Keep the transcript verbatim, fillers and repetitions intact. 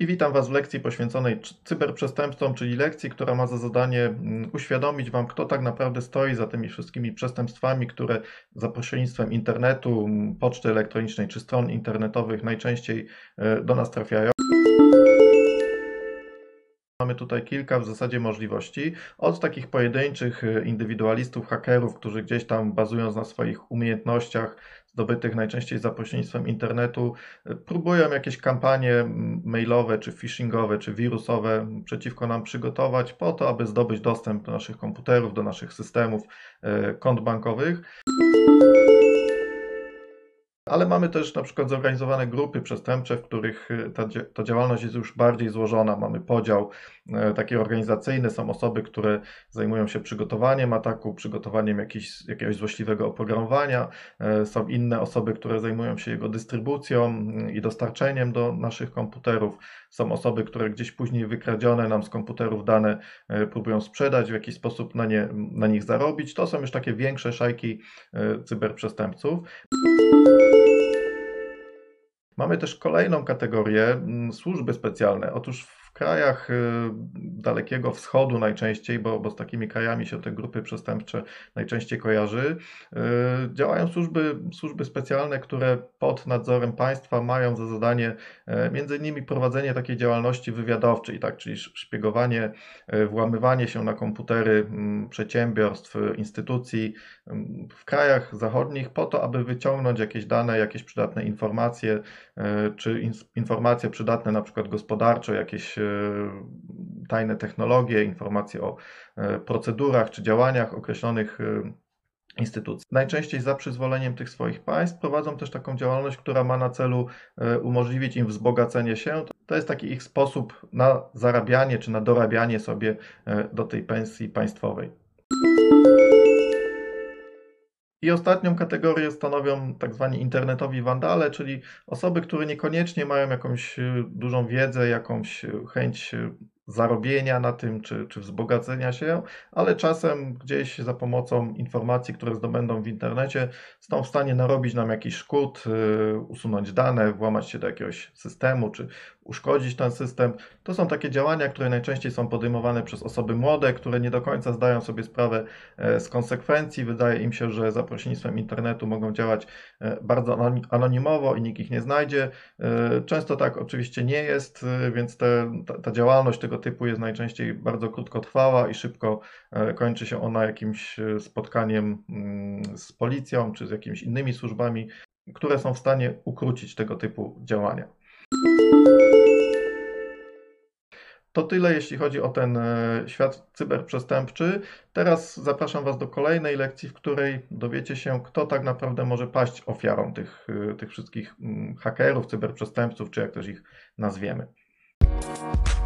witam Was w lekcji poświęconej cyberprzestępstwom, czyli lekcji, która ma za zadanie uświadomić Wam, kto tak naprawdę stoi za tymi wszystkimi przestępstwami, które za pośrednictwem internetu, poczty elektronicznej czy stron internetowych najczęściej do nas trafiają. Mamy tutaj kilka w zasadzie możliwości, od takich pojedynczych indywidualistów, hakerów, którzy gdzieś tam bazując na swoich umiejętnościach zdobytych najczęściej za pośrednictwem internetu, próbują jakieś kampanie mailowe, czy phishingowe, czy wirusowe przeciwko nam przygotować po to, aby zdobyć dostęp do naszych komputerów, do naszych systemów, kont bankowych. Ale mamy też na przykład zorganizowane grupy przestępcze, w których ta, ta działalność jest już bardziej złożona. Mamy podział taki organizacyjny, są osoby, które zajmują się przygotowaniem ataku, przygotowaniem jakiś, jakiegoś złośliwego oprogramowania, są inne osoby, które zajmują się jego dystrybucją i dostarczeniem do naszych komputerów, są osoby, które gdzieś później wykradzione nam z komputerów dane próbują sprzedać, w jakiś sposób na, nie, na nich zarobić. To są już takie większe szajki cyberprzestępców. Mamy też kolejną kategorię, służby specjalne. Otóż w krajach Dalekiego Wschodu najczęściej, bo, bo z takimi krajami się te grupy przestępcze najczęściej kojarzy, działają służby, służby specjalne, które pod nadzorem państwa mają za zadanie między innymi prowadzenie takiej działalności wywiadowczej, tak, czyli szpiegowanie, włamywanie się na komputery przedsiębiorstw, instytucji w krajach zachodnich po to, aby wyciągnąć jakieś dane, jakieś przydatne informacje, czy informacje przydatne na przykład gospodarczo, jakieś tajne technologie, informacje o procedurach czy działaniach określonych instytucji. Najczęściej za przyzwoleniem tych swoich państw prowadzą też taką działalność, która ma na celu umożliwić im wzbogacenie się. To jest taki ich sposób na zarabianie czy na dorabianie sobie do tej pensji państwowej. I ostatnią kategorię stanowią tak zwani internetowi wandale, czyli osoby, które niekoniecznie mają jakąś dużą wiedzę, jakąś chęć zarobienia na tym, czy, czy wzbogacenia się, ale czasem gdzieś za pomocą informacji, które zdobędą w internecie, są w stanie narobić nam jakiś szkód, usunąć dane, włamać się do jakiegoś systemu, czy uszkodzić ten system. To są takie działania, które najczęściej są podejmowane przez osoby młode, które nie do końca zdają sobie sprawę z konsekwencji. Wydaje im się, że za pośrednictwem internetu mogą działać bardzo anonimowo i nikt ich nie znajdzie. Często tak oczywiście nie jest, więc te, ta, ta działalność tego typu jest najczęściej bardzo krótkotrwała i szybko kończy się ona jakimś spotkaniem z policją czy z jakimiś innymi służbami, które są w stanie ukrócić tego typu działania. To tyle, jeśli chodzi o ten świat cyberprzestępczy. Teraz zapraszam Was do kolejnej lekcji, w której dowiecie się, kto tak naprawdę może paść ofiarą tych, tych wszystkich hakerów, cyberprzestępców, czy jak też ich nazwiemy.